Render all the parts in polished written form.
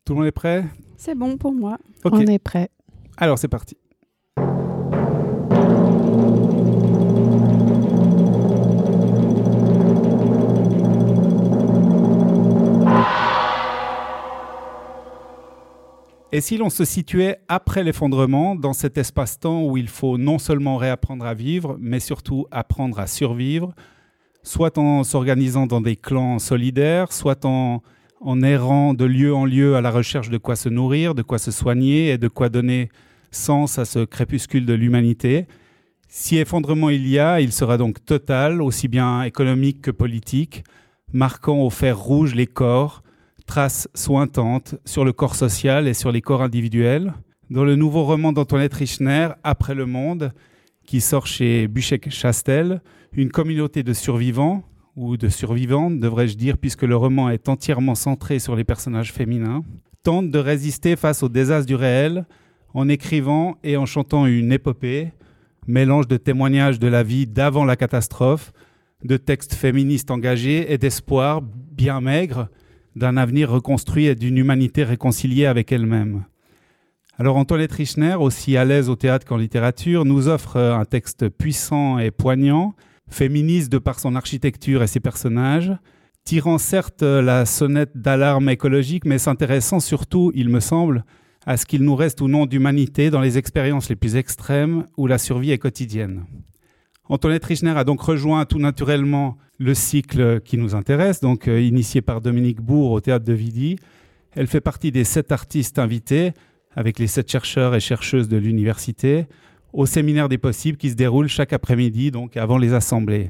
Tout le monde est prêt? C'est bon pour moi. Ok. On est prêt. Alors c'est parti. Et si l'on se situait après l'effondrement, dans cet espace-temps où il faut non seulement réapprendre à vivre, mais surtout apprendre à survivre, soit en s'organisant dans des clans solidaires, soit en errant de lieu en lieu à la recherche de quoi se nourrir, de quoi se soigner et de quoi donner sens à ce crépuscule de l'humanité. Si effondrement il y a, il sera donc total, aussi bien économique que politique, marquant au fer rouge les corps, traces sointantes sur le corps social et sur les corps individuels. Dans le nouveau roman d'Antoinette Richner, Après le monde, qui sort chez Buchet-Chastel, une communauté de survivants, ou de survivantes, devrais-je dire, puisque le roman est entièrement centré sur les personnages féminins, tente de résister face aux désastres du réel en écrivant et en chantant une épopée, mélange de témoignages de la vie d'avant la catastrophe, de textes féministes engagés et d'espoir bien maigre d'un avenir reconstruit et d'une humanité réconciliée avec elle-même. Alors Antoinette Richner, aussi à l'aise au théâtre qu'en littérature, nous offre un texte puissant et poignant, féministe de par son architecture et ses personnages, tirant certes la sonnette d'alarme écologique, mais s'intéressant surtout, il me semble, à ce qu'il nous reste ou non d'humanité dans les expériences les plus extrêmes où la survie est quotidienne. Antoinette Richner a donc rejoint tout naturellement le cycle qui nous intéresse, donc initié par Dominique Bourg au Théâtre de Vidy. Elle fait partie des 7 artistes invités, avec les 7 chercheurs et chercheuses de l'université, au séminaire des possibles qui se déroule chaque après-midi, donc avant les assemblées.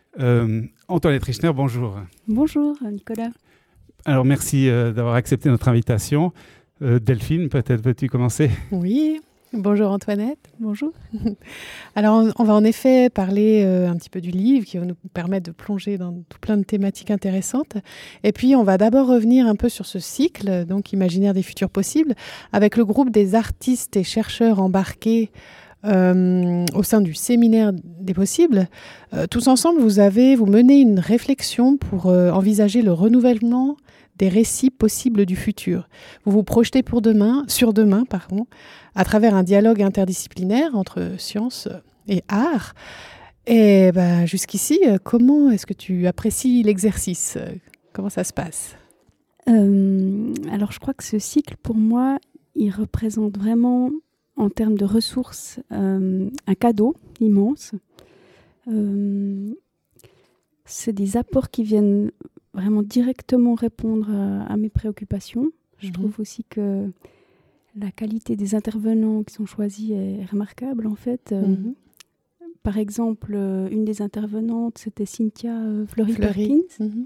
Antoinette Richner, bonjour. Bonjour Nicolas. Alors merci d'avoir accepté notre invitation. Delphine, peut-être peux-tu commencer? Oui, bonjour Antoinette, bonjour. Alors on va en effet parler un petit peu du livre qui va nous permettre de plonger dans tout plein de thématiques intéressantes. Et puis on va d'abord revenir un peu sur ce cycle, donc Imaginaire des futurs possibles, avec le groupe des artistes et chercheurs embarqués au sein du séminaire des possibles. Tous ensemble, vous menez une réflexion pour envisager le renouvellement des récits possibles du futur. Vous vous projetez sur demain, à travers un dialogue interdisciplinaire entre science et art. Et jusqu'ici, comment est-ce que tu apprécies l'exercice? Comment ça se passe? Alors je crois que ce cycle, pour moi, il représente vraiment, en termes de ressources, un cadeau immense. C'est des apports qui viennent vraiment directement répondre à mes préoccupations. Je trouve aussi que la qualité des intervenants qui sont choisis est remarquable, en fait. Par exemple, une des intervenantes, c'était Cynthia Fleury-Perkins.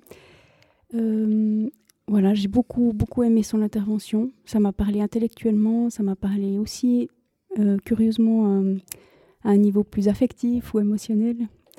Voilà, j'ai beaucoup aimé son intervention. Ça m'a parlé intellectuellement, ça m'a parlé aussi, curieusement, à un niveau plus affectif ou émotionnel.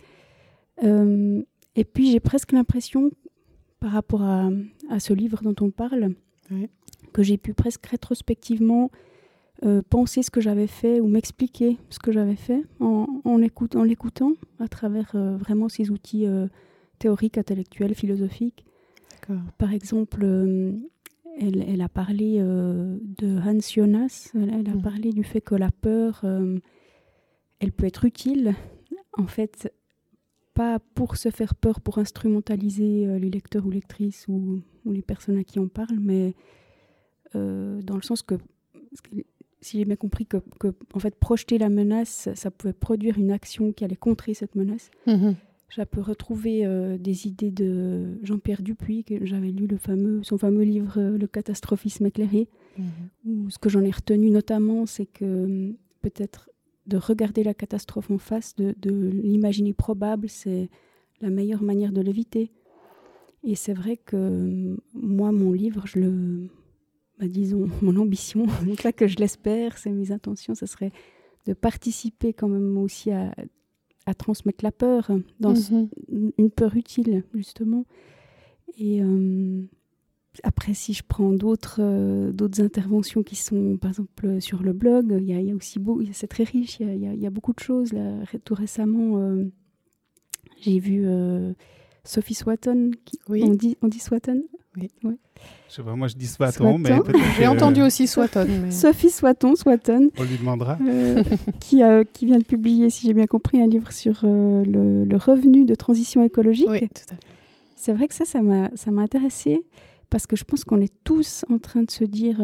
Et puis, j'ai presque l'impression, par rapport à ce livre dont on parle, que j'ai pu presque rétrospectivement penser ce que j'avais fait ou m'expliquer ce que j'avais fait en l'écoutant à travers vraiment ces outils théoriques, intellectuels, philosophiques. D'accord. Par exemple, elle a parlé de Hans Jonas, elle a parlé du fait que la peur, elle peut être utile, en fait, pas pour se faire peur, pour instrumentaliser les lecteurs ou lectrices ou les personnes à qui on parle, mais dans le sens que, si j'ai bien compris, que en fait, projeter la menace, ça pouvait produire une action qui allait contrer cette menace. J'ai pu retrouver des idées de Jean-Pierre Dupuy, que j'avais lu son fameux livre « Le catastrophisme éclairé », où ce que j'en ai retenu notamment, c'est que peut-être de regarder la catastrophe en face, de l'imaginer probable, c'est la meilleure manière de l'éviter. Et c'est vrai que moi, mon livre, disons, mon ambition, c'est ça que je l'espère, c'est mes intentions, ce serait de participer quand même aussi à transmettre la peur, dans une peur utile, justement. Et après, si je prends d'autres interventions qui sont, par exemple, sur le blog, il y a aussi c'est très riche, il y a beaucoup de choses. Là, tout récemment, j'ai vu Sophie Swatton. On dit Swatton? Oui. Ouais. Je sais pas, moi je dis Swaton, mais Swaton. peut-être J'ai entendu aussi Swaton. Mais... Sophie Swaton, on lui demandera. qui vient de publier, si j'ai bien compris, un livre sur le revenu de transition écologique. Oui, tout à fait. C'est vrai que ça m'a intéressée parce que je pense qu'on est tous en train de se dire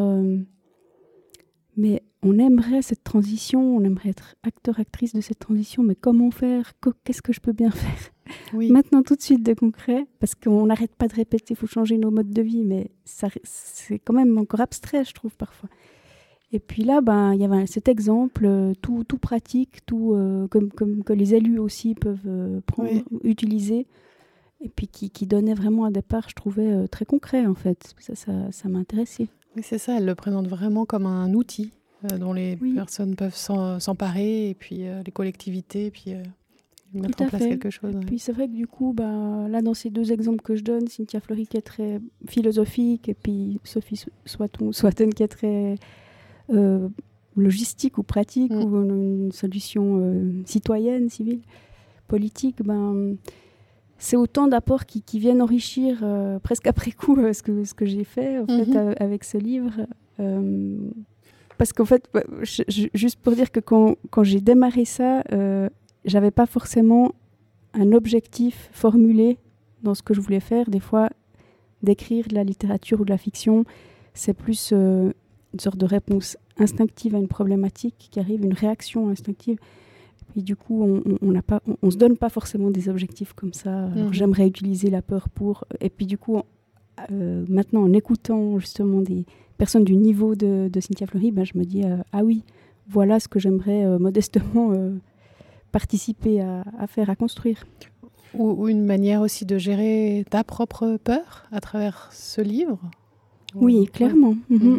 mais on aimerait cette transition, on aimerait être acteur, actrice de cette transition, mais comment faire? Qu'est-ce que je peux bien faire? Oui. Maintenant, tout de suite, de concret, parce qu'on n'arrête pas de répéter, il faut changer nos modes de vie, mais c'est quand même encore abstrait, je trouve, parfois. Et puis là, il y avait cet exemple tout pratique, tout que les élus aussi peuvent prendre, utiliser, et puis qui donnait vraiment un départ, je trouvais, très concret, en fait. Ça m'a intéressée. Oui, c'est ça, elle le présente vraiment comme un outil dont les personnes peuvent s'emparer, et puis les collectivités, et puis mettre en place quelque chose. Puis c'est vrai que du coup, là, dans ces deux exemples que je donne, Cynthia Fleury qui est très philosophique, et puis Sophie Swaton qui est très logistique ou pratique, ou une solution citoyenne, civile, politique, c'est autant d'apports qui viennent enrichir presque après coup ce que j'ai fait en fait, avec ce livre. Parce qu'en fait, juste pour dire que quand j'ai démarré ça, j'avais pas forcément un objectif formulé dans ce que je voulais faire. Des fois, d'écrire de la littérature ou de la fiction, c'est plus une sorte de réponse instinctive à une problématique qui arrive, une réaction instinctive. Et du coup, on se donne pas forcément des objectifs comme ça. Alors, j'aimerais utiliser la peur pour... Et puis du coup, maintenant, en écoutant justement des personnes du niveau de Cynthia Fleury, je me dis, ah oui, voilà ce que j'aimerais modestement participer à faire, à construire. Ou une manière aussi de gérer ta propre peur à travers ce livre. Oui, clairement.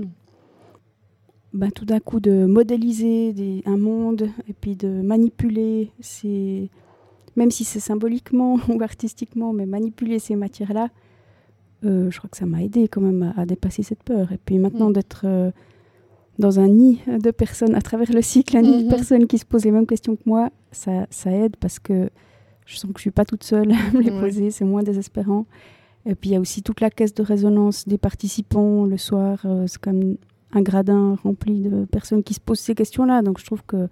Tout d'un coup, de modéliser un monde et puis de manipuler, même si c'est symboliquement ou artistiquement, mais manipuler ces matières-là, je crois que ça m'a aidé quand même à dépasser cette peur. Et puis maintenant, d'être dans un nid de personnes, à travers le cycle, un nid de personnes qui se posent les mêmes questions que moi, ça aide parce que je sens que je ne suis pas toute seule à me les poser, c'est moins désespérant. Et puis il y a aussi toute la caisse de résonance des participants le soir, c'est comme un gradin rempli de personnes qui se posent ces questions-là. Donc je trouve que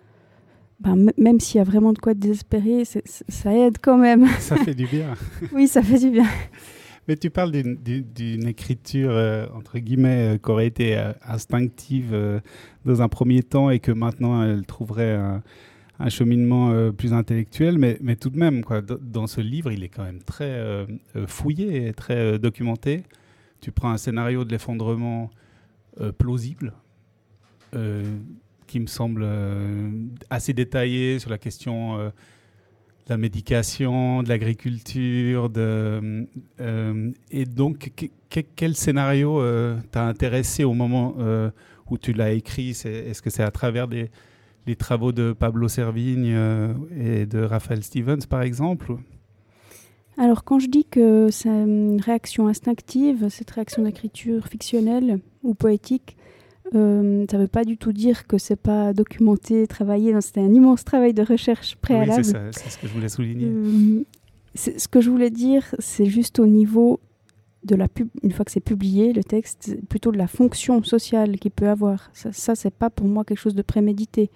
même s'il y a vraiment de quoi être désespéré, ça aide quand même. Ça fait du bien. Oui, ça fait du bien. Mais tu parles d'une écriture, entre guillemets, qui aurait été instinctive dans un premier temps et que maintenant elle trouverait un cheminement plus intellectuel. Mais tout de même, quoi, dans ce livre, il est quand même très fouillé et très documenté. Tu prends un scénario de l'effondrement plausible, qui me semble assez détaillé sur la question de la médication, de l'agriculture, et donc quel scénario t'a intéressé au moment où tu l'as écrit? Est-ce que c'est à travers les travaux de Pablo Servigne et de Raphaël Stevens, par exemple? Alors, quand je dis que c'est une réaction instinctive, cette réaction d'écriture fictionnelle ou poétique, ça ne veut pas du tout dire que ce n'est pas documenté, travaillé. C'était un immense travail de recherche préalable. Oui, c'est ce que je voulais souligner. Ce que je voulais dire, c'est juste au niveau de une fois que c'est publié, le texte, plutôt de la fonction sociale qu'il peut avoir. Ça c'est pas pour moi quelque chose de prémédité.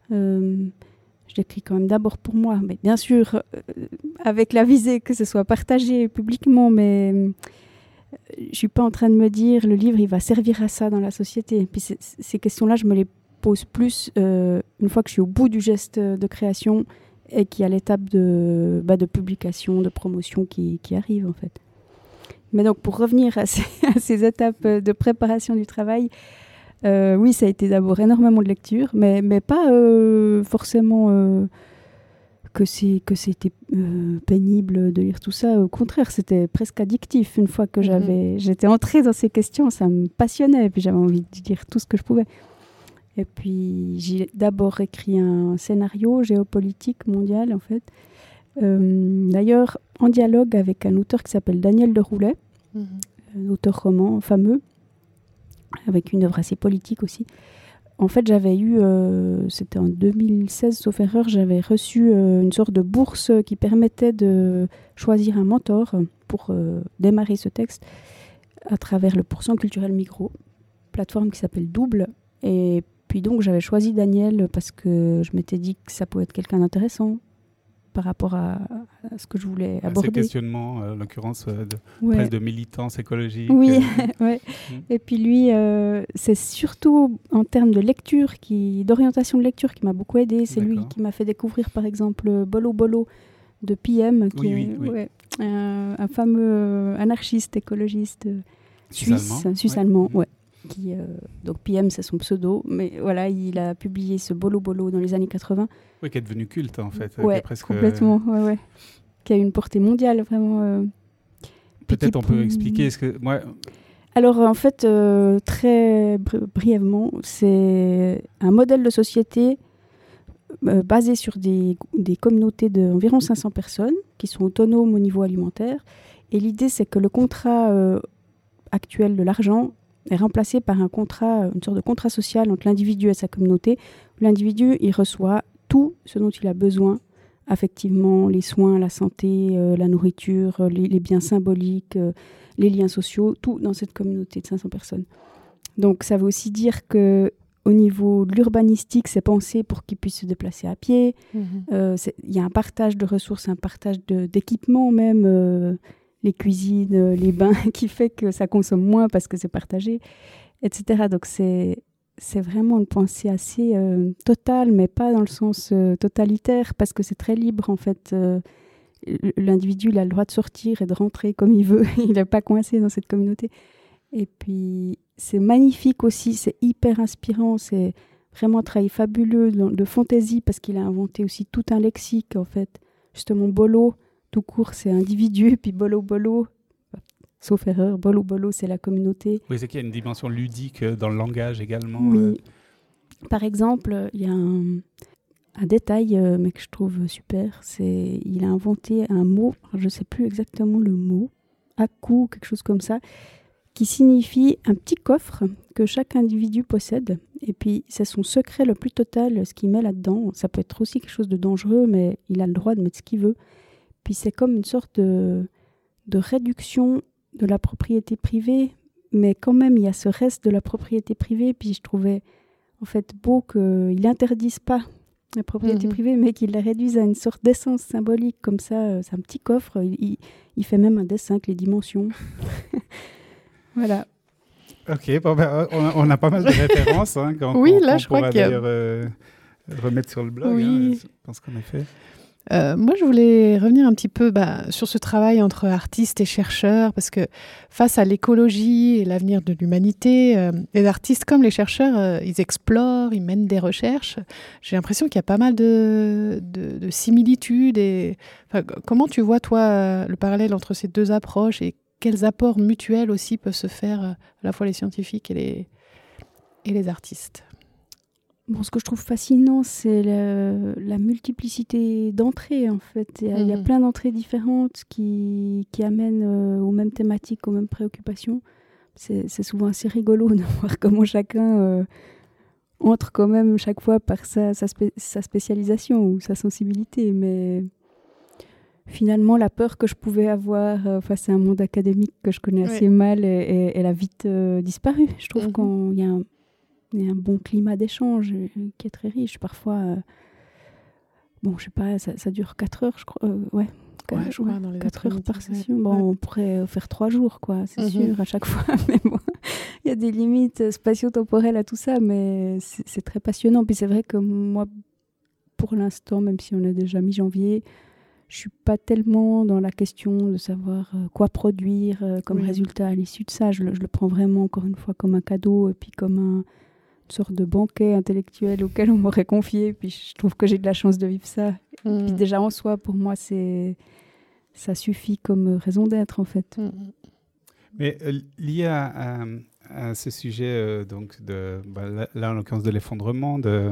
Je l'écris quand même d'abord pour moi, mais bien sûr, avec la visée que ce soit partagé publiquement, mais je ne suis pas en train de me dire le livre, il va servir à ça dans la société. Et puis ces questions-là, je me les pose plus une fois que je suis au bout du geste de création et qu'il y a l'étape de publication, de promotion qui arrive, en fait. Mais donc, pour revenir à ces étapes de préparation du travail, oui, ça a été d'abord énormément de lecture, mais pas forcément que c'était pénible de lire tout ça. Au contraire, c'était presque addictif. Une fois que j'étais entrée dans ces questions, ça me passionnait, et puis j'avais envie de lire tout ce que je pouvais. Et puis, j'ai d'abord écrit un scénario géopolitique mondial, en fait. D'ailleurs, en dialogue avec un auteur qui s'appelle Daniel Deroulet, un auteur roman fameux, avec une œuvre assez politique aussi. En fait, j'avais eu, c'était en 2016, sauf erreur, j'avais reçu une sorte de bourse qui permettait de choisir un mentor pour démarrer ce texte. à travers le Pourcent culturel Migros, plateforme qui s'appelle Double. Et puis donc j'avais choisi Daniel parce que je m'étais dit que ça pouvait être quelqu'un d'intéressant par rapport à ce que je voulais aborder. Ces questionnements, en l'occurrence, presque de militance écologique. Oui, ouais. Et puis lui, c'est surtout en termes de lecture, d'orientation de lecture qui m'a beaucoup aidé. C'est lui qui m'a fait découvrir, par exemple, Bolo Bolo de PM, qui est un fameux anarchiste, écologiste suisse-allemand. Ouais. Donc PM, c'est son pseudo, mais voilà, il a publié ce Bolo Bolo dans les années 80. Oui, qui est devenu culte en fait. Ouais, complètement, ouais. Qui a une portée mondiale, vraiment. Peut-être on peut expliquer. Alors en fait, très brièvement, c'est un modèle de société basé sur des communautés d'environ 500 personnes qui sont autonomes au niveau alimentaire. Et l'idée, c'est que le contrat actuel de l'argent est remplacé par une sorte de contrat social entre l'individu et sa communauté. L'individu, il reçoit tout ce dont il a besoin, affectivement, les soins, la santé, la nourriture, les biens symboliques, les liens sociaux, tout dans cette communauté de 500 personnes. Donc ça veut aussi dire qu'au niveau de l'urbanistique, c'est pensé pour qu'ils puissent se déplacer à pied. Il y a un partage de ressources, un partage d'équipements même, les cuisines, les bains, qui fait que ça consomme moins parce que c'est partagé, etc. Donc c'est vraiment une pensée assez totale, mais pas dans le sens totalitaire, parce que c'est très libre en fait. L'individu, il a le droit de sortir et de rentrer comme il veut. Il n'est pas coincé dans cette communauté. Et puis, c'est magnifique aussi, c'est hyper inspirant, c'est vraiment un travail fabuleux de fantaisie, parce qu'il a inventé aussi tout un lexique, en fait. Justement, Bolo, tout court, c'est individu, puis Bolo Bolo, sauf erreur, Bolo Bolo, c'est la communauté. Oui, c'est qu'il y a une dimension ludique dans le langage également. Oui. Par exemple, il y a un détail, mais que je trouve super, il a inventé un mot, je ne sais plus exactement le mot, aku, quelque chose comme ça, qui signifie un petit coffre que chaque individu possède. Et puis, c'est son secret le plus total, ce qu'il met là-dedans. Ça peut être aussi quelque chose de dangereux, mais il a le droit de mettre ce qu'il veut. Puis, c'est comme une sorte de réduction de la propriété privée, mais quand même, il y a ce reste de la propriété privée. Puis, je trouvais en fait beau qu'il n'interdise pas la propriété privée, mais qu'il la réduise à une sorte d'essence symbolique, comme ça. C'est un petit coffre. Il fait même un dessin avec les dimensions. Voilà. Ok, bon, on a pas mal de références. Oui, là, je crois qu'il y a... remettre sur le blog. Oui. Je pense qu'on a fait. Moi, je voulais revenir un petit peu sur ce travail entre artistes et chercheurs, parce que face à l'écologie et l'avenir de l'humanité, les artistes comme les chercheurs, ils explorent, ils mènent des recherches. J'ai l'impression qu'il y a pas mal de similitudes. Comment tu vois, toi, le parallèle entre ces deux approches et quels apports mutuels aussi peuvent se faire à la fois les scientifiques et les artistes? Bon, ce que je trouve fascinant, c'est la multiplicité d'entrées, en fait. Il y a plein d'entrées différentes qui amènent aux mêmes thématiques, aux mêmes préoccupations. C'est souvent assez rigolo de voir comment chacun entre quand même chaque fois par sa spécialisation ou sa sensibilité. Mais finalement, la peur que je pouvais avoir face à un monde académique que je connais assez mal, elle a vite disparu. Je trouve qu'il y a un bon climat d'échange qui est très riche. Parfois, je sais pas, ça dure 4 heures, je crois. Je crois, dans les 4 heures par session. On pourrait faire 3 jours, quoi, c'est sûr, à chaque fois. Mais bon, il y a des limites spatio-temporelles à tout ça, mais c'est très passionnant. Puis c'est vrai que moi, pour l'instant, même si on est déjà mi-janvier, je suis pas tellement dans la question de savoir quoi produire comme résultat à l'issue de ça. Je le prends vraiment, encore une fois, comme un cadeau et puis comme une sorte de banquet intellectuel auquel on m'aurait confié. Puis je trouve que j'ai de la chance de vivre ça. Puis déjà en soi, pour moi, ça suffit comme raison d'être, en fait. Mais lié à ce sujet, là en l'occurrence de l'effondrement, de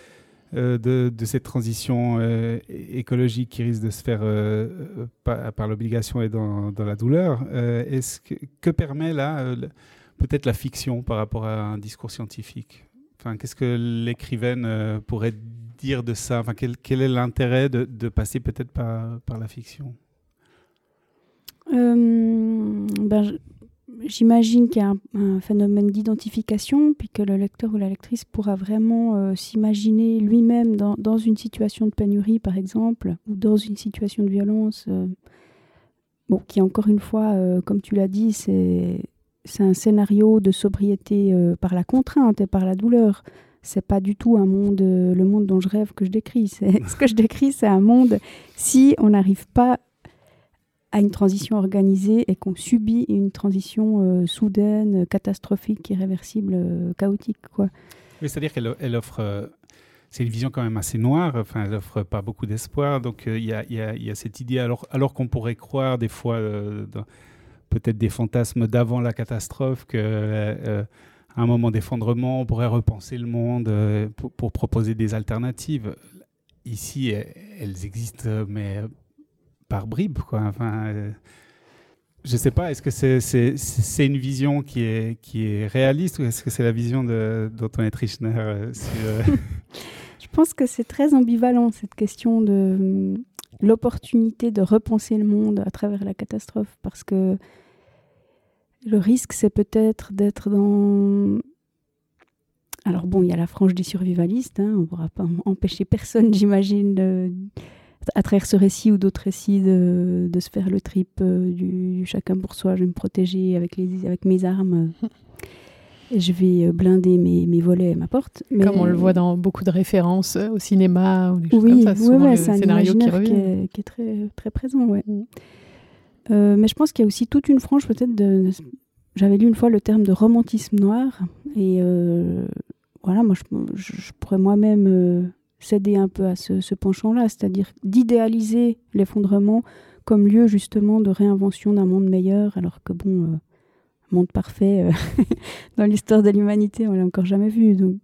cette transition écologique qui risque de se faire par l'obligation et dans la douleur, que permet là peut-être la fiction par rapport à un discours scientifique? Enfin, qu'est-ce que l'écrivaine pourrait dire de ça? Enfin, quel est l'intérêt de passer peut-être par la fiction? j'imagine qu'il y a un phénomène d'identification, puis que le lecteur ou la lectrice pourra vraiment s'imaginer lui-même dans une situation de pénurie, par exemple, ou dans une situation de violence, qui encore une fois, comme tu l'as dit, c'est un scénario de sobriété par la contrainte et par la douleur. C'est pas du tout le monde dont je rêve que je décris. Ce que je décris, c'est un monde, si on n'arrive pas à une transition organisée et qu'on subit une transition soudaine, catastrophique, irréversible, chaotique, quoi. Oui, c'est-à-dire qu'elle offre... c'est une vision quand même assez noire, enfin, elle n'offre pas beaucoup d'espoir. Donc, il y a cette idée, alors qu'on pourrait croire des fois, dans peut-être des fantasmes d'avant la catastrophe, qu'à un moment d'effondrement, on pourrait repenser le monde pour proposer des alternatives. Ici, elles existent, mais par bribes, quoi. Enfin, je ne sais pas, est-ce que c'est une vision qui est réaliste ou est-ce que c'est la vision d'Antoine Trichner Je pense que c'est très ambivalent, cette question de l'opportunité de repenser le monde à travers la catastrophe, parce que le risque, c'est peut-être d'être dans... Alors bon, il y a la frange des survivalistes, on ne pourra pas empêcher personne, j'imagine, à travers ce récit ou d'autres récits, de se faire le trip du chacun pour soi, je vais me protéger avec mes armes. Je vais blinder mes volets et ma porte. Mais comme on le voit dans beaucoup de références au cinéma ou des choses comme ça, souvent le scénario qui revient. Qui est très, très présent, ouais. Mais je pense qu'il y a aussi toute une frange peut-être j'avais lu une fois le terme de romantisme noir, et voilà, moi je pourrais moi-même céder un peu à ce penchant-là, c'est-à-dire d'idéaliser l'effondrement comme lieu justement de réinvention d'un monde meilleur, alors que bon, monde parfait dans l'histoire de l'humanité, on l'a encore jamais vu. Donc,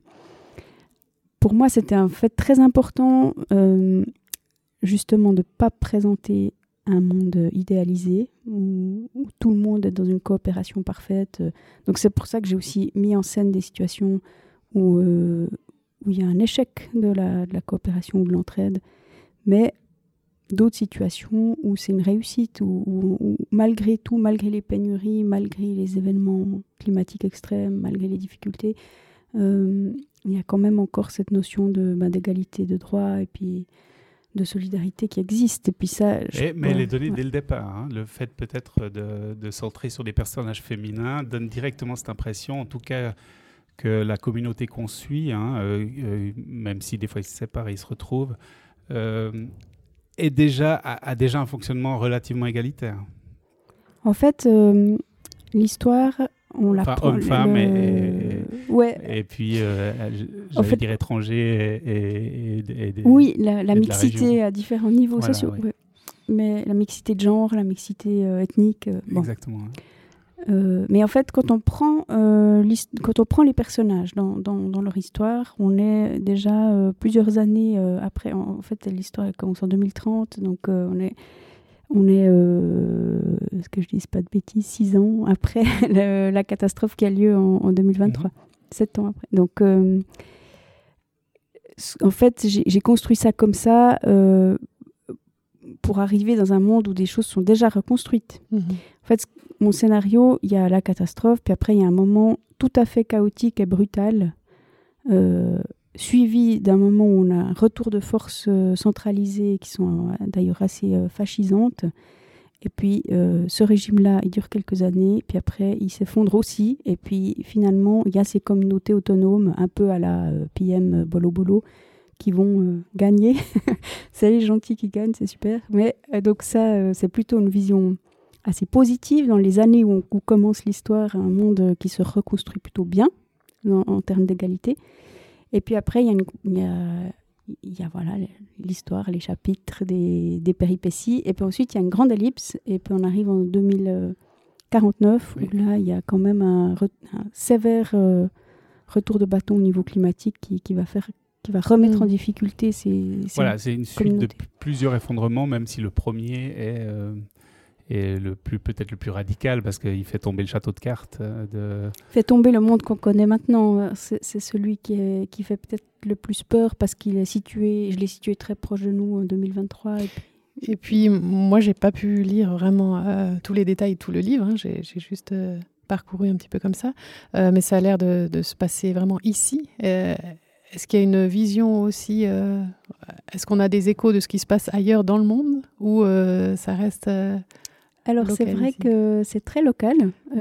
pour moi, c'était un fait très important, justement, de ne pas présenter un monde idéalisé où tout le monde est dans une coopération parfaite. Donc, c'est pour ça que j'ai aussi mis en scène des situations où il y a un échec de la coopération ou de l'entraide, mais d'autres situations où c'est une réussite, où malgré tout, malgré les pénuries, malgré les événements climatiques extrêmes, malgré les difficultés, il y a quand même encore cette notion d'égalité de droit et puis de solidarité qui existe. Et puis ça, mais elle est donnée dès le départ. Le fait peut-être de centrer sur des personnages féminins donne directement cette impression, en tout cas, que la communauté qu'on suit, même si des fois ils se séparent et ils se retrouvent, a déjà un fonctionnement relativement égalitaire. En fait, l'histoire, on la prend... Homme-femme et puis, j'allais dire étranger et oui, la mixité à différents niveaux sociaux. Ouais. Ouais. Mais la mixité de genre, la mixité ethnique... Exactement. Mais en fait, quand on prend les personnages dans leur histoire, on est déjà plusieurs années après. En fait, l'histoire commence en 2030, donc on est est-ce que je dise pas de bêtises, 6 ans après la catastrophe qui a lieu en 2023, 7 ans après. Donc, en fait, j'ai construit ça comme ça pour arriver dans un monde où des choses sont déjà reconstruites. En fait, mon scénario, il y a la catastrophe, puis après, il y a un moment tout à fait chaotique et brutal, suivi d'un moment où on a un retour de force centralisées qui sont d'ailleurs assez fascisantes. Et puis, ce régime-là, il dure quelques années, puis après, il s'effondre aussi. Et puis, finalement, il y a ces communautés autonomes, un peu à la PM Bolo Bolo, qui vont gagner. C'est les gentils qui gagnent, c'est super. Mais donc ça, c'est plutôt une vision assez positive dans les années où commence l'histoire, un monde qui se reconstruit plutôt bien en termes d'égalité. Et puis après, il y a voilà, l'histoire, les chapitres des péripéties. Et puis ensuite, il y a une grande ellipse. Et puis on arrive en 2049, où là, il y a quand même un sévère retour de bâton au niveau climatique qui va remettre en difficulté ces c'est une suite de plusieurs effondrements, même si le premier est peut-être le plus radical, parce qu'il fait tomber le château de cartes. Fait tomber le monde qu'on connaît maintenant. C'est celui qui fait peut-être le plus peur, parce qu'il est situé, je l'ai situé très proche de nous en 2023. Et puis... Et puis, moi, j'ai pas pu lire vraiment tous les détails, tout le livre. Hein. J'ai juste parcouru un petit peu comme ça. Mais ça a l'air de se passer vraiment ici. Est-ce qu'il y a une vision aussi est-ce qu'on a des échos de ce qui se passe ailleurs dans le monde ou ça reste Alors, local c'est vrai ici que c'est très local.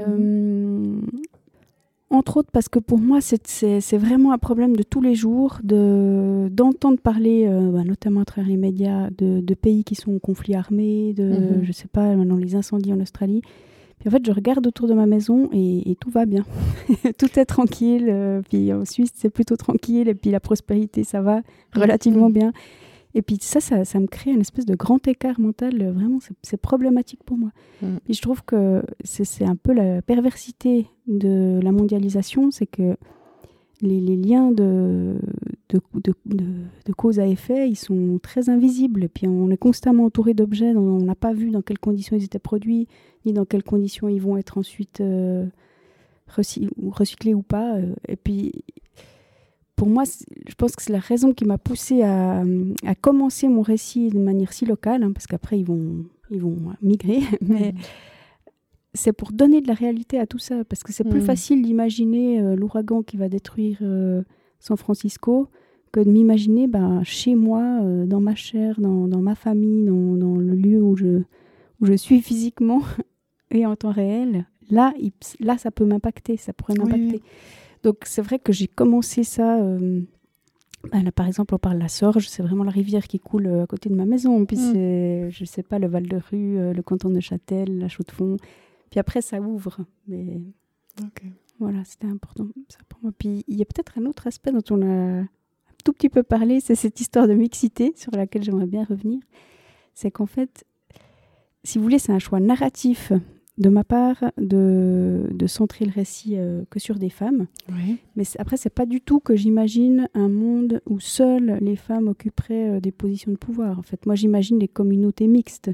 Entre autres parce que pour moi, c'est vraiment un problème de tous les jours d'entendre parler, notamment à travers les médias, de pays qui sont en conflit armé, je sais pas, maintenant les incendies en Australie. Puis en fait, je regarde autour de ma maison et tout va bien. Tout est tranquille. Puis en Suisse, c'est plutôt tranquille. Et puis la prospérité, ça va relativement bien. Et puis ça me crée une espèce de grand écart mental. Vraiment, c'est problématique pour moi. Et je trouve que c'est un peu la perversité de la mondialisation, c'est que les liens de cause à effet, ils sont très invisibles. Et puis on est constamment entouré d'objets dont on n'a pas vu dans quelles conditions ils étaient produits, ni dans quelles conditions ils vont être ensuite recyclés ou pas. Et puis pour moi, je pense que c'est la raison qui m'a poussée à commencer mon récit de manière si locale, hein, parce qu'après, ils vont migrer. Mais c'est pour donner de la réalité à tout ça, parce que c'est plus facile d'imaginer l'ouragan qui va détruire San Francisco que de m'imaginer chez moi, dans ma chair, dans ma famille, dans le lieu où je suis physiquement et en temps réel. Là, ça peut m'impacter, ça pourrait m'impacter. Oui. Donc, c'est vrai que j'ai commencé ça. Là, par exemple, on parle de la Sorge, c'est vraiment la rivière qui coule à côté de ma maison. Puis, c'est, je sais pas, le Val-de-Rue, le canton de Châtel, la Chaux-de-Fonds. Puis après, ça ouvre. Mais voilà, c'était important ça pour moi. Puis, il y a peut-être un autre aspect dont on a un tout petit peu parlé, c'est cette histoire de mixité sur laquelle j'aimerais bien revenir. C'est qu'en fait, si vous voulez, c'est un choix narratif de ma part de centrer le récit que sur des femmes. Oui. Mais après, c'est pas du tout que j'imagine un monde où seules les femmes occuperaient des positions de pouvoir. En fait, moi, j'imagine des communautés mixtes.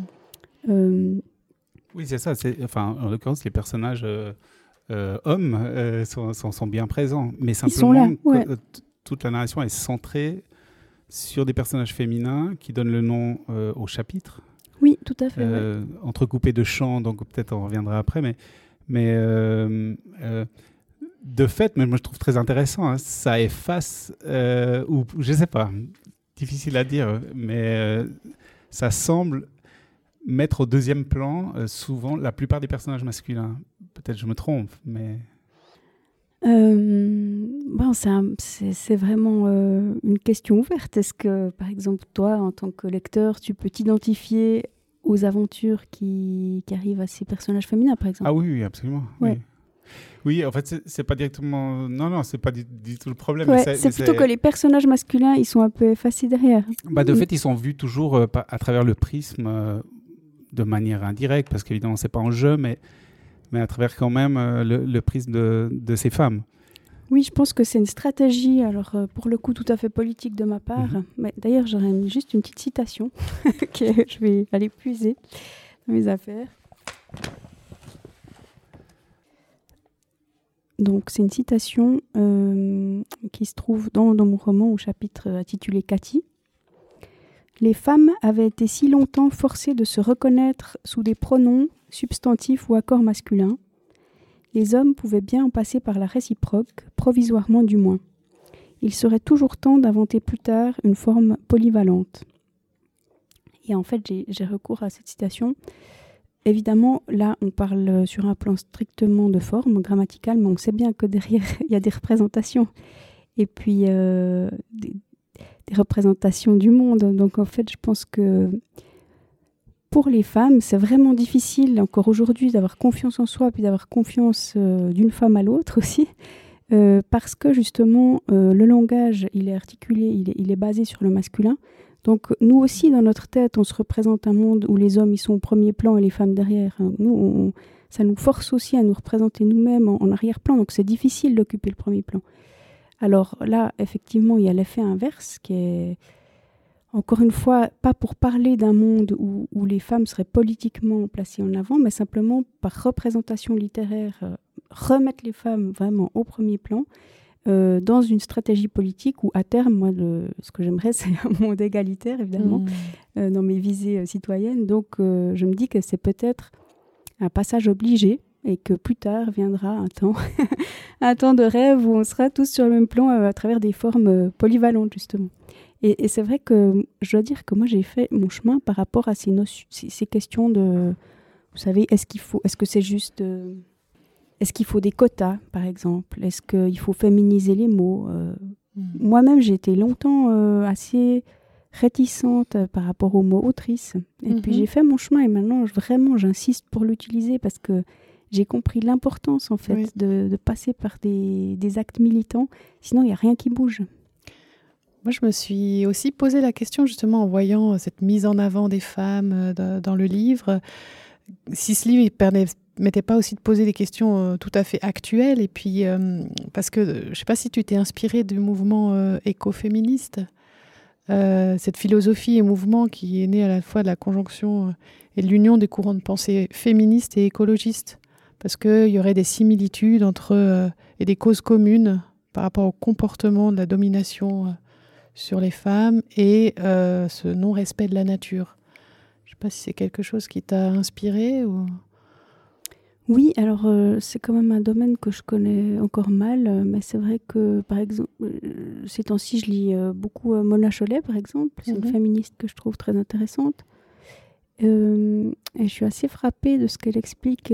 Oui, c'est ça. En l'occurrence, les personnages hommes sont bien présents. Mais simplement, toute la narration est centrée sur des personnages féminins qui donnent le nom au chapitre. Oui, tout à fait. Entrecoupé de chants, donc peut-être on reviendra après, mais de fait, mais moi je trouve très intéressant, hein, ça efface, ou je sais pas, difficile à dire, mais ça semble mettre au deuxième plan souvent la plupart des personnages masculins. Peut-être je me trompe, mais... c'est vraiment une question ouverte. Est-ce que, par exemple, toi, en tant que lecteur, tu peux t'identifier aux aventures qui arrivent à ces personnages féminins, par exemple ? Ah oui, absolument. Ouais. Oui, en fait, c'est pas directement... Non, c'est pas du tout le problème. Ouais, c'est plutôt que les personnages masculins, ils sont un peu effacés derrière. De fait, ils sont vus toujours à travers le prisme, de manière indirecte, parce qu'évidemment, c'est pas en jeu, mais à travers quand même le prisme de ces femmes. Oui, je pense que c'est une stratégie, alors pour le coup tout à fait politique de ma part. Mais d'ailleurs, j'aurais juste une petite citation que je vais aller puiser dans mes affaires. Donc, c'est une citation qui se trouve dans mon roman au chapitre intitulé « Cathy ». Les femmes avaient été si longtemps forcées de se reconnaître sous des pronoms, substantifs ou accords masculins. Les hommes pouvaient bien en passer par la réciproque, provisoirement du moins. Il serait toujours temps d'inventer plus tard une forme polyvalente. Et en fait, j'ai recours à cette citation. Évidemment, là, on parle sur un plan strictement de forme grammaticale, mais on sait bien que derrière, il y a des représentations. Et puis, des représentations du monde. Donc, en fait, je pense que pour les femmes, c'est vraiment difficile encore aujourd'hui d'avoir confiance en soi, puis d'avoir confiance d'une femme à l'autre aussi, parce que justement, le langage, il est articulé, il est basé sur le masculin. Donc nous aussi, dans notre tête, on se représente un monde où les hommes ils sont au premier plan et les femmes derrière. Nous, ça nous force aussi à nous représenter nous-mêmes en arrière-plan, donc c'est difficile d'occuper le premier plan. Alors là, effectivement, il y a l'effet inverse qui est... Encore une fois, pas pour parler d'un monde où les femmes seraient politiquement placées en avant, mais simplement par représentation littéraire, remettre les femmes vraiment au premier plan. dans une stratégie politique où, à terme, moi, ce que j'aimerais, c'est un monde égalitaire, évidemment, dans mes visées citoyennes. Donc, je me dis que c'est peut-être un passage obligé et que plus tard viendra un temps, un temps de rêve où on sera tous sur le même plan à travers des formes polyvalentes, justement. Et c'est vrai que je dois dire que moi, j'ai fait mon chemin par rapport à ces questions de... Vous savez, est-ce que c'est juste... Est-ce qu'il faut des quotas, par exemple? Est-ce qu'il faut féminiser les mots? Moi-même, j'ai été longtemps assez réticente par rapport au mot autrice. Et puis, j'ai fait mon chemin et maintenant, vraiment, j'insiste pour l'utiliser parce que j'ai compris l'importance, en fait, de passer par des actes militants. Sinon, il n'y a rien qui bouge. Moi, je me suis aussi posé la question, justement, en voyant cette mise en avant des femmes dans le livre. Si ce livre ne permettait pas aussi de poser des questions tout à fait actuelles, et puis, parce que je ne sais pas si tu t'es inspirée du mouvement écoféministe, cette philosophie et mouvement qui est né à la fois de la conjonction et de l'union des courants de pensée féministes et écologistes, parce qu'il y aurait des similitudes et des causes communes par rapport au comportement de la domination sur les femmes et ce non-respect de la nature. Je ne sais pas si c'est quelque chose qui t'a inspiré ou... Oui, alors c'est quand même un domaine que je connais encore mal, mais c'est vrai que, par exemple, ces temps-ci, je lis beaucoup Mona Chollet, par exemple. C'est une féministe que je trouve très intéressante. Et je suis assez frappée de ce qu'elle explique,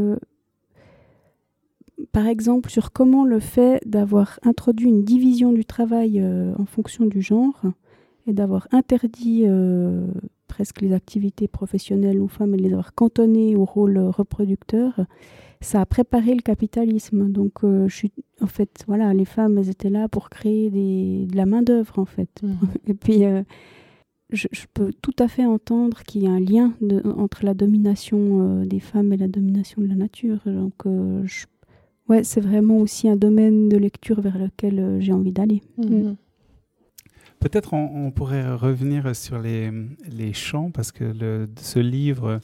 par exemple, sur comment le fait d'avoir introduit une division du travail en fonction du genre et d'avoir interdit presque les activités professionnelles aux femmes et de les avoir cantonnées au rôle reproducteur, ça a préparé le capitalisme. Donc, en fait, voilà, les femmes, elles étaient là pour créer de la main-d'œuvre, en fait. Et puis, je peux tout à fait entendre qu'il y a un lien entre la domination des femmes et la domination de la nature. Donc, c'est vraiment aussi un domaine de lecture vers lequel j'ai envie d'aller. Peut-être on pourrait revenir sur les chants, parce que ce livre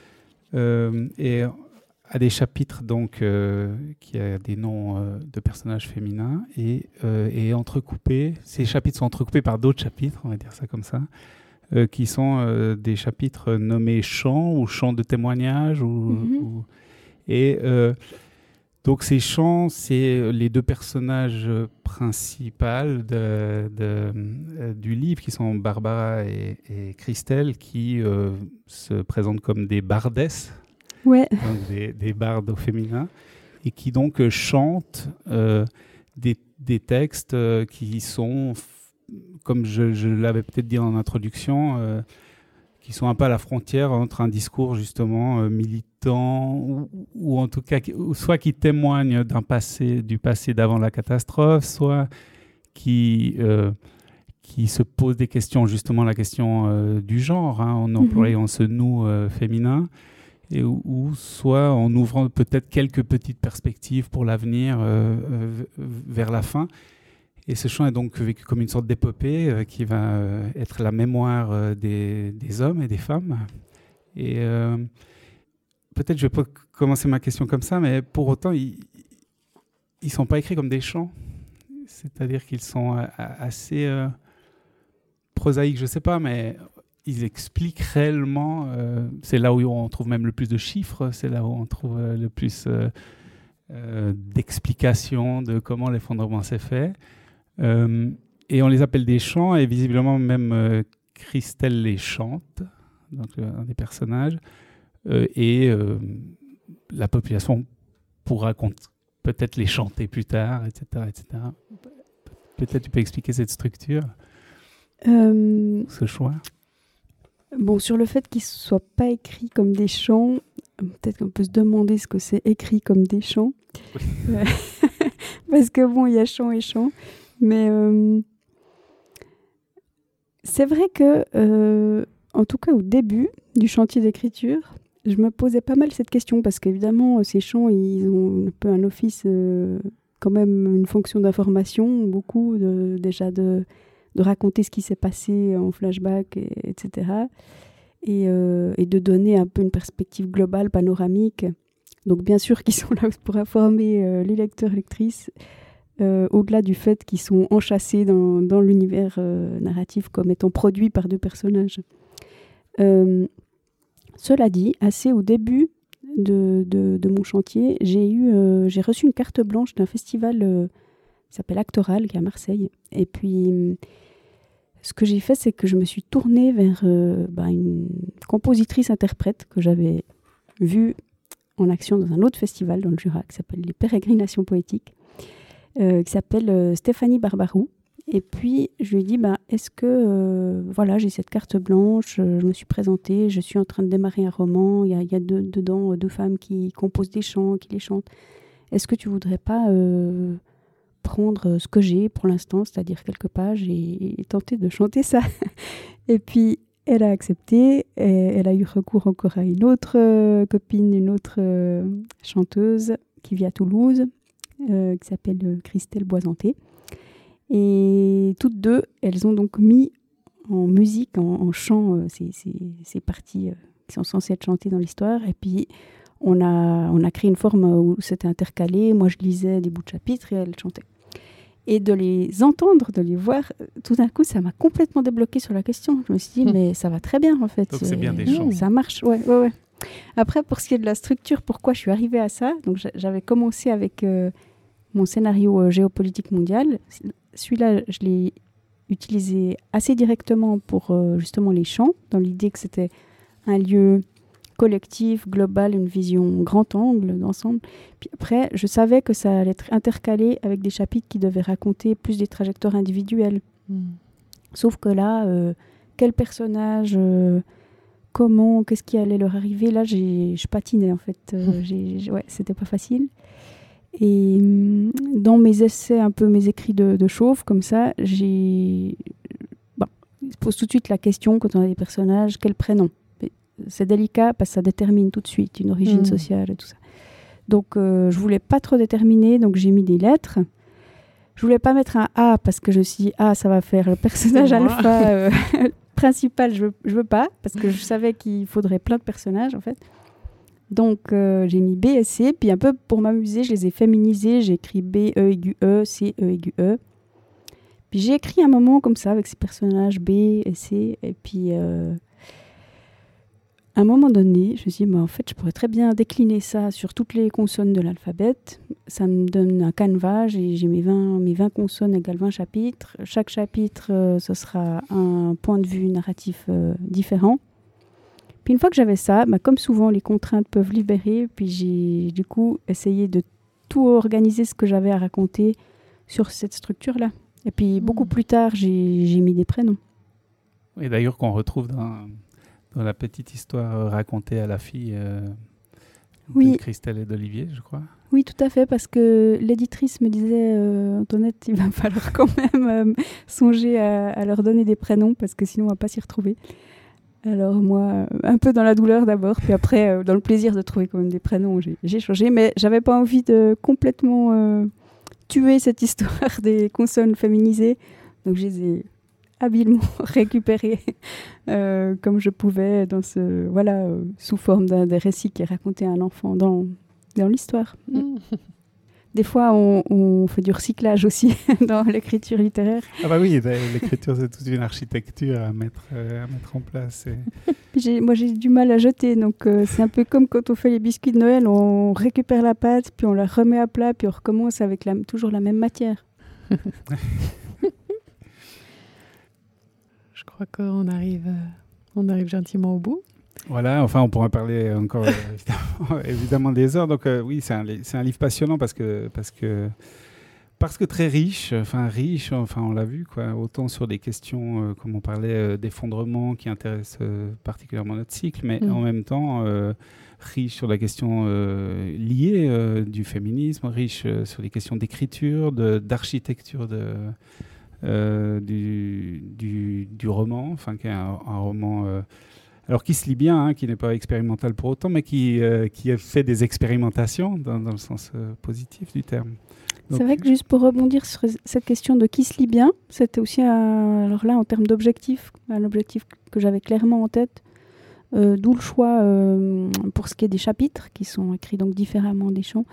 a des chapitres donc, qui a des noms de personnages féminins et entrecoupés. Ces chapitres sont entrecoupés par d'autres chapitres, on va dire ça comme ça, qui sont des chapitres nommés chants ou chants de témoignage. Donc ces chants, c'est les deux personnages principaux du livre, qui sont Barbara et Christelle, qui se présentent comme des bardesses, donc des bardes au féminin, et qui donc chantent des textes qui sont, comme je l'avais peut-être dit en introduction, qui sont un peu à la frontière entre un discours justement militant ou en tout cas soit qui témoigne du passé d'avant la catastrophe, soit qui se pose des questions, justement la question du genre, en employant ce nous féminin, ou soit en ouvrant peut-être quelques petites perspectives pour l'avenir vers la fin. Et ce chant est donc vécu comme une sorte d'épopée qui va être la mémoire des hommes et des femmes. Et peut-être je vais pas commencer ma question comme ça, mais pour autant, ils sont pas écrits comme des chants. C'est-à-dire qu'ils sont assez prosaïques, je sais pas, mais ils expliquent réellement. C'est là où on trouve même le plus de chiffres, c'est là où on trouve le plus d'explications de comment l'effondrement s'est fait. Et on les appelle des chants, et visiblement même Christelle les chante, donc un des personnages, et la population pourra peut-être les chanter plus tard, etc. Peut-être tu peux expliquer cette structure, ce choix. Bon, sur le fait qu'ils ne soient pas écrits comme des chants, peut-être qu'on peut se demander ce que c'est écrit comme des chants, parce que bon, il y a chant et chant. Mais c'est vrai que, en tout cas au début du chantier d'écriture, je me posais pas mal cette question, parce qu'évidemment, ces chants, ils ont un peu un office, quand même une fonction d'information, beaucoup, déjà de raconter ce qui s'est passé en flashback, etc. Et de donner un peu une perspective globale, panoramique. Donc bien sûr qu'ils sont là pour informer les lecteurs, lectrices, au-delà du fait qu'ils sont enchâssés dans l'univers narratif comme étant produits par deux personnages. Cela dit, assez au début de mon chantier, j'ai reçu une carte blanche d'un festival qui s'appelle Actoral, qui est à Marseille. Et puis, ce que j'ai fait, c'est que je me suis tournée vers une compositrice-interprète que j'avais vue en action dans un autre festival dans le Jura, qui s'appelle les Pérégrinations poétiques, qui s'appelle Stéphanie Barbarou. Et puis, je lui ai dit, est-ce que, j'ai cette carte blanche, je me suis présentée, je suis en train de démarrer un roman, il y a dedans deux femmes qui composent des chants, qui les chantent. Est-ce que tu voudrais pas prendre ce que j'ai pour l'instant, c'est-à-dire quelques pages, et tenter de chanter ça? Et puis, elle a accepté, et elle a eu recours encore à une autre copine, une autre chanteuse qui vit à Toulouse, qui s'appelle Christelle Boisanté. Et toutes deux, elles ont donc mis en musique, en chant, ces parties qui sont censées être chantées dans l'histoire. Et puis, on a créé une forme où c'était intercalé. Moi, je lisais des bouts de chapitres et elles chantaient. Et de les entendre, de les voir, tout d'un coup, ça m'a complètement débloqué sur la question. Je me suis dit, mais ça va très bien, en fait. Donc, c'est bien des chants. Ça marche, ouais. Après, pour ce qui est de la structure, pourquoi je suis arrivée à ça, donc j'avais commencé avec mon scénario géopolitique mondial. Celui-là, je l'ai utilisé assez directement pour justement les chants, dans l'idée que c'était un lieu collectif, global, une vision grand angle d'ensemble. Puis après, je savais que ça allait être intercalé avec des chapitres qui devaient raconter plus des trajectoires individuelles. Sauf que là, quel personnage, comment, qu'est-ce qui allait leur arriver, là, je patinais en fait. C'était pas facile. Et dans mes essais, un peu mes écrits de chauve, comme ça, il se pose tout de suite la question, quand on a des personnages, quel prénom? C'est délicat parce que ça détermine tout de suite une origine sociale et tout ça. Donc, je voulais pas trop déterminer, donc j'ai mis des lettres. Je voulais pas mettre un A parce que je me suis dit, ça va faire le personnage alpha principal, je veux pas, parce que je savais qu'il faudrait plein de personnages, en fait. Donc, j'ai mis B et C, puis un peu pour m'amuser, je les ai féminisés. J'ai écrit B, E aigu E, C, E aigu E. Puis j'ai écrit un moment comme ça, avec ces personnages B et C, et puis à un moment donné, je me suis dit, en fait, je pourrais très bien décliner ça sur toutes les consonnes de l'alphabet. Ça me donne un canevas, j'ai mes 20 consonnes égale 20 chapitres. Chaque chapitre, ce sera un point de vue narratif différent. Puis une fois que j'avais ça, comme souvent, les contraintes peuvent libérer. Puis j'ai du coup essayé de tout organiser ce que j'avais à raconter sur cette structure-là. Et puis beaucoup plus tard, j'ai mis des prénoms. Et d'ailleurs, qu'on retrouve dans la petite histoire racontée à la fille de Christelle et d'Olivier, je crois. Oui, tout à fait, parce que l'éditrice me disait, Antoinette, il va falloir quand même songer à leur donner des prénoms, parce que sinon on ne va pas s'y retrouver. Alors moi, un peu dans la douleur d'abord, puis après, dans le plaisir de trouver quand même des prénoms, j'ai changé, mais j'avais pas envie de complètement tuer cette histoire des consonnes féminisées, donc je les ai habilement récupérées comme je pouvais dans sous forme des récits qui racontaient un enfant dans l'histoire. Des fois, on fait du recyclage aussi dans l'écriture littéraire. Ah bah oui, l'écriture, c'est toute une architecture à mettre en place. Moi, j'ai du mal à jeter, donc c'est un peu comme quand on fait les biscuits de Noël, on récupère la pâte, puis on la remet à plat, puis on recommence avec toujours la même matière. Je crois qu'on arrive gentiment au bout. Voilà, enfin, on pourra parler encore évidemment des heures. Donc oui, c'est un livre passionnant parce que très riche, on l'a vu, quoi, autant sur des questions, comme on parlait, d'effondrement qui intéressent particulièrement notre cycle, mais en même temps riche sur la question liée du féminisme, riche sur les questions d'écriture, d'architecture du roman, enfin qui est un roman alors qui se lit bien, qui n'est pas expérimental pour autant, mais qui a fait des expérimentations dans le sens positif du terme. Donc, c'est vrai que juste pour rebondir sur cette question de qui se lit bien, c'était aussi alors là en termes d'objectif, un objectif que j'avais clairement en tête, d'où le choix pour ce qui est des chapitres qui sont écrits donc différemment des chants,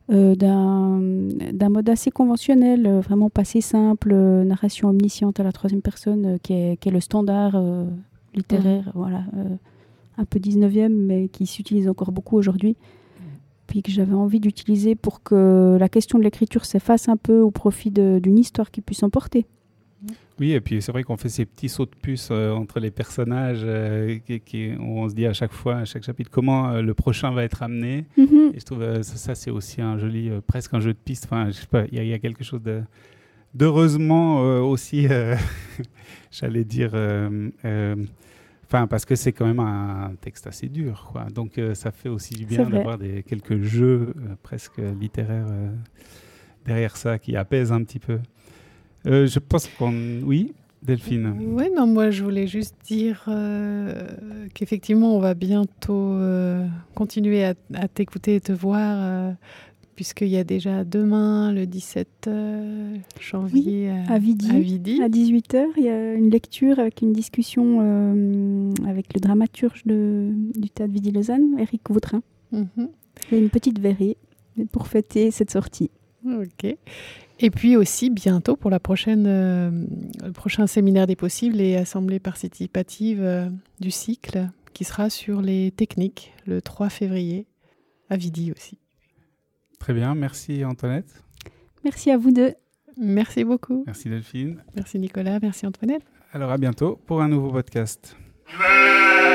d'un mode assez conventionnel, vraiment passé simple, narration omnisciente à la troisième personne, qui est le standard littéraire, voilà, un peu 19e, mais qui s'utilise encore beaucoup aujourd'hui. Puis que j'avais envie d'utiliser pour que la question de l'écriture s'efface un peu au profit d'une histoire qui puisse emporter. Oui, et puis c'est vrai qu'on fait ces petits sauts de puce entre les personnages où on se dit à chaque fois, à chaque chapitre, comment le prochain va être amené. Et je trouve ça c'est aussi un joli, presque un jeu de piste. Enfin, je sais pas, il y a quelque chose d'heureusement aussi, j'allais dire, parce que c'est quand même un texte assez dur, quoi. Donc ça fait aussi du bien d'avoir quelques jeux presque littéraires derrière ça qui apaisent un petit peu. Je pense Oui, Delphine. Oui, non, moi je voulais juste dire qu'effectivement on va bientôt continuer à t'écouter et te voir, puisqu'il y a déjà demain, le 17 janvier, à Vidi. À 18h, il y a une lecture avec une discussion avec le dramaturge du Théâtre Vidi-Lausanne, Éric Vautrin. Et une petite verrée pour fêter cette sortie. Ok. Et puis aussi bientôt pour le prochain séminaire des possibles et assemblée participative du cycle qui sera sur les techniques le 3 février à Vidi aussi. Très bien, merci Antoinette. Merci à vous deux. Merci beaucoup. Merci Delphine. Merci Nicolas, merci Antoinette. Alors à bientôt pour un nouveau podcast.